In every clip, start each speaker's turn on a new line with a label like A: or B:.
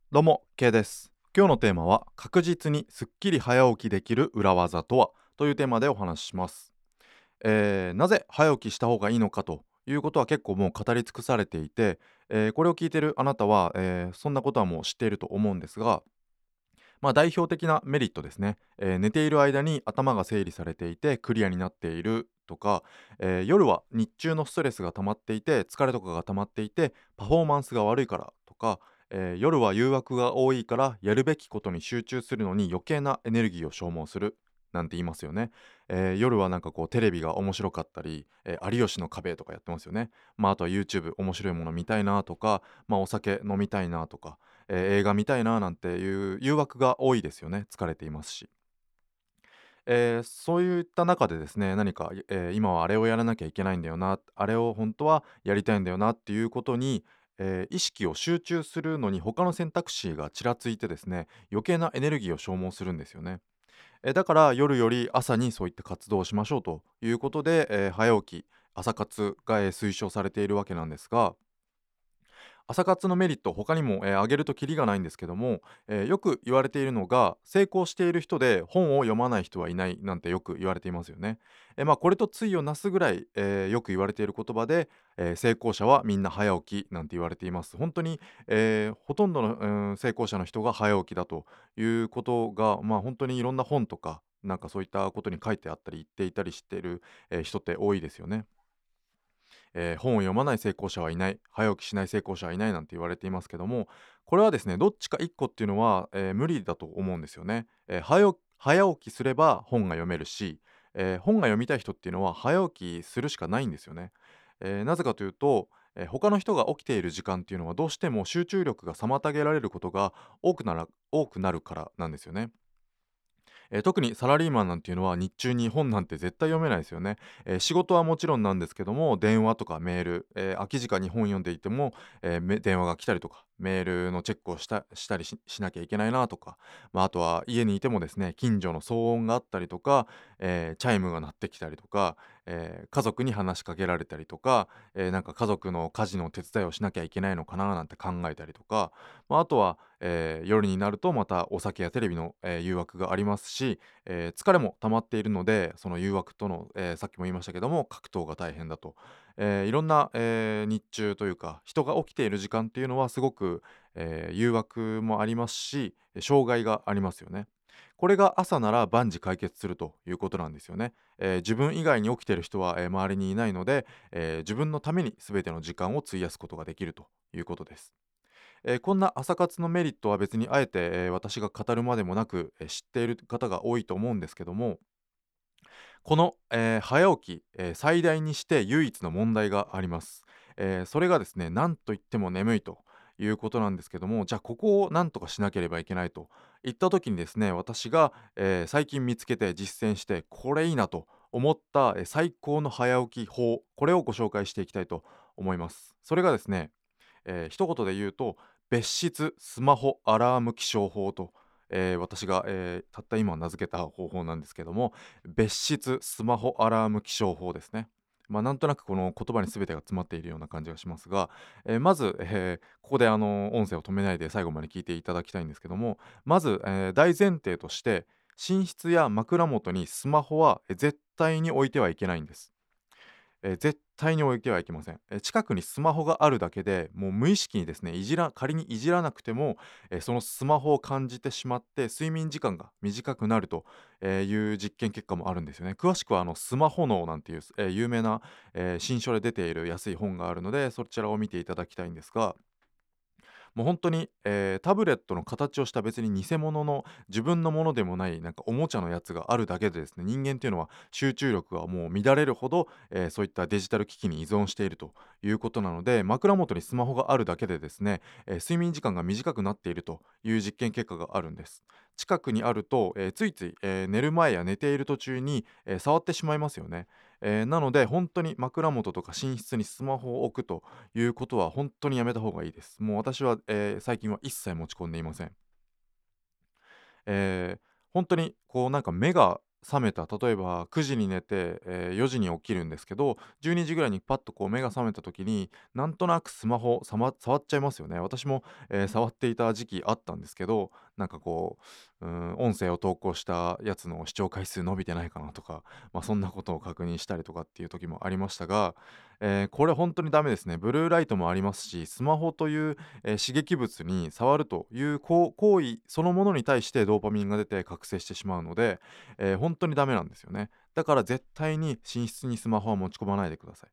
A: どうも、K です。今日のテーマは、確実にすっきり早起きできる裏技とはというテーマでお話しします。なぜ早起きした方がいいのかということは結構もう語り尽くされていて、これを聞いているあなたは、そんなことはもう知っていると思うんですが、代表的なメリットですね、寝ている間に頭が整理されていてクリアになっているとか、夜は日中のストレスが溜まっていて疲れとかが溜まっていてパフォーマンスが悪いからとか、夜は誘惑が多いからやるべきことに集中するのに余計なエネルギーを消耗するなんて言いますよね。夜はなんかこうテレビが面白かったり、有吉の壁とかやってますよね。あとは YouTube 面白いもの見たいなとか、お酒飲みたいなとか、映画見たいななんていう誘惑が多いですよね。疲れていますし。そういった中でですね、何か、今はあれをやらなきゃいけないんだよな、あれを本当はやりたいんだよなっていうことに、意識を集中するのに他の選択肢がちらついてですね、余計なエネルギーを消耗するんですよね。だから夜より朝にそういった活動をしましょうということで、早起き、朝活が、推奨されているわけなんですが、朝活のメリット、他にも、挙げるとキリがないんですけども、よく言われているのが、成功している人で本を読まない人はいないなんてよく言われていますよね。これと対をなすぐらい、よく言われている言葉で、成功者はみんな早起きなんて言われています。本当に、ほとんどの、成功者の人が早起きだということが、本当にいろんな本とか、なんかそういったことに書いてあったり言っていたりしている、人って多いですよね。本を読まない成功者はいない、早起きしない成功者はいないなんて言われていますけども、これはですね、どっちか1個っていうのは、無理だと思うんですよね。早起きすれば本が読めるし、本が読みたい人っていうのは早起きするしかないんですよね。なぜかというと、他の人が起きている時間っていうのはどうしても集中力が妨げられることが多くなるからなんですよね。特にサラリーマンなんていうのは日中に本なんて絶対読めないですよね。仕事はもちろんなんですけども、電話とかメール、空き時間に本読んでいても、電話が来たりとか、メールのチェックをしたりしなきゃいけないなとか、あとは家にいてもですね、近所の騒音があったりとか、チャイムが鳴ってきたりとか、家族に話しかけられたりとか、なんか家族の家事の手伝いをしなきゃいけないのかななんて考えたりとか、あとは、夜になるとまたお酒やテレビの、誘惑がありますし、疲れも溜まっているので、その誘惑との、さっきも言いましたけども、格闘が大変だと。いろんな、日中というか、人が起きている時間っていうのはすごく、誘惑もありますし、障害がありますよね。これが朝なら万事解決するということなんですよね。自分以外に起きている人は、周りにいないので、自分のために全ての時間を費やすことができるということです。こんな朝活のメリットは別にあえて、私が語るまでもなく、知っている方が多いと思うんですけども、この、早起き、最大にして唯一の問題があります。それがですね、なんといっても眠いということなんですけども、じゃあここをなんとかしなければいけないといった時にですね、私が、最近見つけて実践して、これいいなと思った、最高の早起き法、これをご紹介していきたいと思います。それがですね、一言で言うと、別室スマホアラーム起床法と、私が、たった今名付けた方法なんですけども、別室スマホアラーム起床法ですね。なんとなくこの言葉に全てが詰まっているような感じがしますが、まず、ここで音声を止めないで最後まで聞いていただきたいんですけども、まず、大前提として、寝室や枕元にスマホは絶対に置いてはいけないんです。絶対に置いてはいけません。近くにスマホがあるだけで、もう無意識にですね、仮にいじらなくても、そのスマホを感じてしまって、睡眠時間が短くなると、いう実験結果もあるんですよね。詳しくはスマホ脳なんていう、有名な、新書で出ている安い本があるので、そちらを見ていただきたいんですが、もう本当に、タブレットの形をした別に偽物の自分のものでもない、なんかおもちゃのやつがあるだけでですね、人間っていうのは集中力がもう乱れるほど、そういったデジタル機器に依存しているということなので、枕元にスマホがあるだけでですね、睡眠時間が短くなっているという実験結果があるんです。近くにあると、ついつい、寝る前や寝ている途中に、触ってしまいますよね。なので本当に枕元とか寝室にスマホを置くということは本当にやめた方がいいです。もう私は、最近は一切持ち込んでいません。えー本当にこうなんか目が覚めた、例えば9時に寝て、4時に起きるんですけど、12時ぐらいにパッとこう目が覚めた時になんとなくスマホ触っちゃいますよね。私も、触っていた時期あったんですけど、なんかこ音声を投稿したやつの視聴回数伸びてないかなとか、そんなことを確認したりとかっていう時もありましたが、これ本当にダメですね。ブルーライトもありますし、スマホという、刺激物に触るという行為そのものに対してドーパミンが出て覚醒してしまうので、本当にダメなんですよね。だから絶対に寝室にスマホは持ち込まないでください。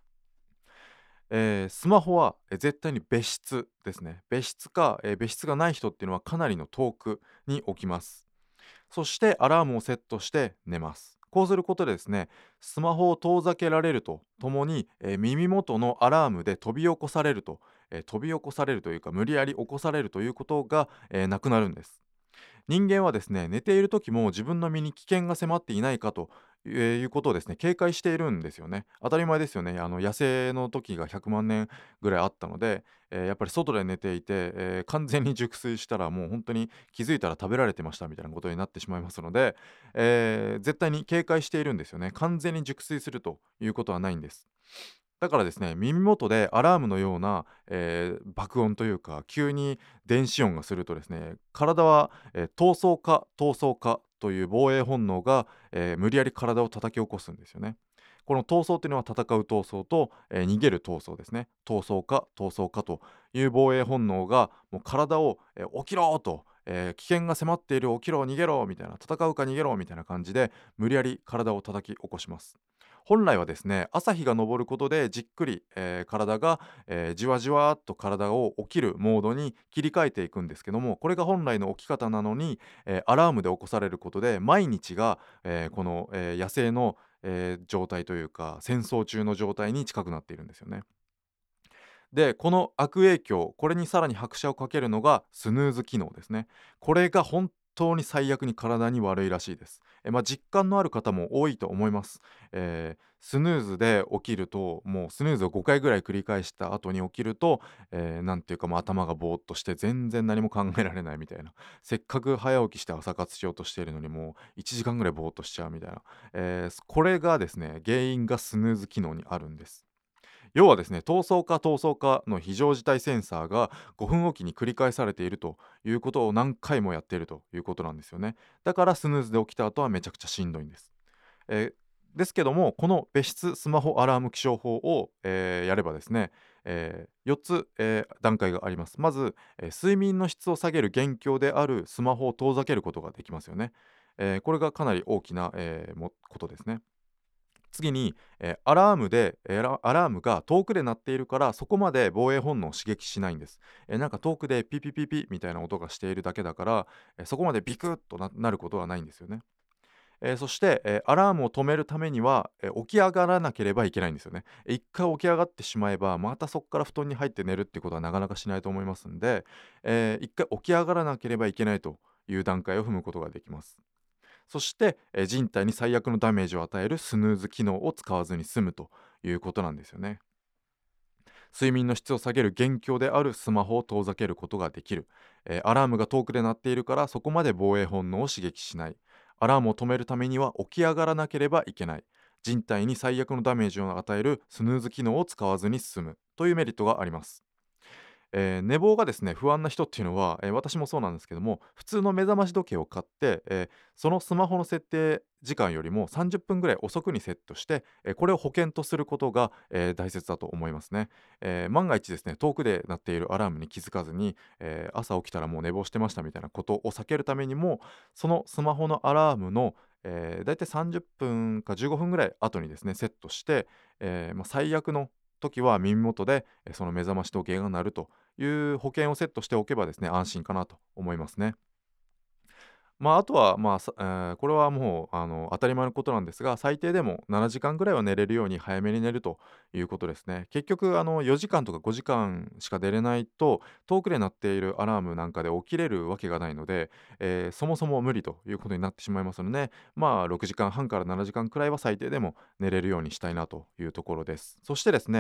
A: スマホは、絶対に別室ですね。別室か、別室がない人っていうのはかなりの遠くに置きます。そしてアラームをセットして寝ます。こうすることでですね、スマホを遠ざけられるとともに、耳元のアラームで飛び起こされると、飛び起こされるというか無理やり起こされるということが、なくなるんです。人間はですね、寝ている時も自分の身に危険が迫っていないかと、いうことをですね、警戒しているんですよね。当たり前ですよね。野生の時が100万年ぐらいあったので、やっぱり外で寝ていて、完全に熟睡したらもう本当に気づいたら食べられてましたみたいなことになってしまいますので、絶対に警戒しているんですよね。完全に熟睡するということはないんです。だからですね、耳元でアラームのような、爆音というか、急に電子音がするとですね、体は、闘争かという防衛本能が、無理やり体を叩き起こすんですよね。この闘争というのは戦う闘争と、逃げる闘争ですね。闘争かという防衛本能がもう体を、起きろと、危険が迫っている、起きろ逃げろみたいな、戦うか逃げろみたいな感じで無理やり体を叩き起こします。本来はですね、朝日が昇ることでじっくり、体が、じわじわっと体を起きるモードに切り替えていくんですけども、これが本来の起き方なのに、アラームで起こされることで毎日が、この、野生の、状態というか戦争中の状態に近くなっているんですよね。で、この悪影響、これにさらに拍車をかけるのがスヌーズ機能ですね。これが本当に最悪に体に悪いらしいです。実感のある方も多いと思います。スヌーズで起きると、もうスヌーズを5回ぐらい繰り返した後に起きると、なんていうか、頭がぼーっとして全然何も考えられないみたいな。せっかく早起きして朝活しようとしているのにもう1時間ぐらいぼーっとしちゃうみたいな。これがですね、原因がスヌーズ機能にあるんです。要はですね、闘争かの非常事態センサーが5分おきに繰り返されているということを何回もやっているということなんですよね。だからスヌーズで起きた後はめちゃくちゃしんどいんです。ですけども、この別室スマホアラーム起床法を、やればですね、4つ、段階があります。まず、睡眠の質を下げる元凶であるスマホを遠ざけることができますよね。これがかなり大きな、ことですね。次に、アラームが遠くで鳴っているからそこまで防衛本能を刺激しないんです。なんか遠くでピピピピみたいな音がしているだけだから、そこまでビクッとなることはないんですよね。そして、アラームを止めるためには、起き上がらなければいけないんですよね。一回起き上がってしまえばまたそこから布団に入って寝るってことはなかなかしないと思いますんで、一回起き上がらなければいけないという段階を踏むことができます。そして、人体に最悪のダメージを与えるスヌーズ機能を使わずに済むということなんですよね。睡眠の質を下げる元凶であるスマホを遠ざけることができる。アラームが遠くで鳴っているからそこまで防衛本能を刺激しない。アラームを止めるためには起き上がらなければいけない。人体に最悪のダメージを与えるスヌーズ機能を使わずに済むというメリットがあります。寝坊がですね不安な人っていうのは、私もそうなんですけども、普通の目覚まし時計を買って、そのスマホの設定時間よりも30分ぐらい遅くにセットして、これを保険とすることが、大切だと思いますね。万が一ですね遠くで鳴っているアラームに気づかずに、朝起きたらもう寝坊してましたみたいなことを避けるためにも、そのスマホのアラームのだいたい30分か15分ぐらい後にですねセットして、最悪の時は耳元でその目覚まし時計が鳴るという保険をセットしておけばですね、安心かなと思いますね。あとは、これはもう当たり前のことなんですが、最低でも7時間ぐらいは寝れるように早めに寝るということですね。結局4時間とか5時間しか寝れないと、遠くで鳴っているアラームなんかで起きれるわけがないので、そもそも無理ということになってしまいますので、6時間半から7時間くらいは最低でも寝れるようにしたいなというところです。そしてですね、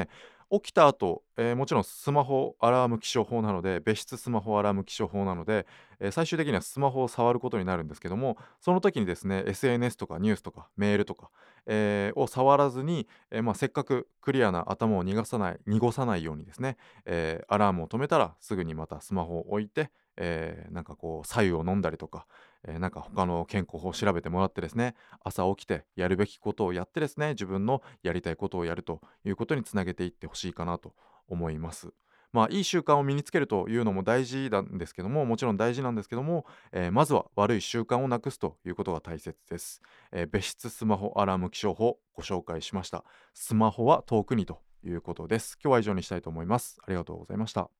A: 起きた後、もちろんスマホアラーム起床法なので、別室スマホアラーム起床法なので、最終的にはスマホを触ることになるんですけども、その時にですね、SNS とかニュースとかメールとか、を触らずに、せっかくクリアな頭を濁さないようにですね、アラームを止めたらすぐにまたスマホを置いて、なんかこう白湯を飲んだりとか、なんか他の健康法を調べてもらってですね、朝起きてやるべきことをやってですね、自分のやりたいことをやるということにつなげていってほしいかなと思います。いい習慣を身につけるというのも大事なんですけども、もちろん大事なんですけども、まずは悪い習慣をなくすということが大切です。別室スマホアラーム起床法ご紹介しました。スマホは遠くにということです。今日は以上にしたいと思います。ありがとうございました。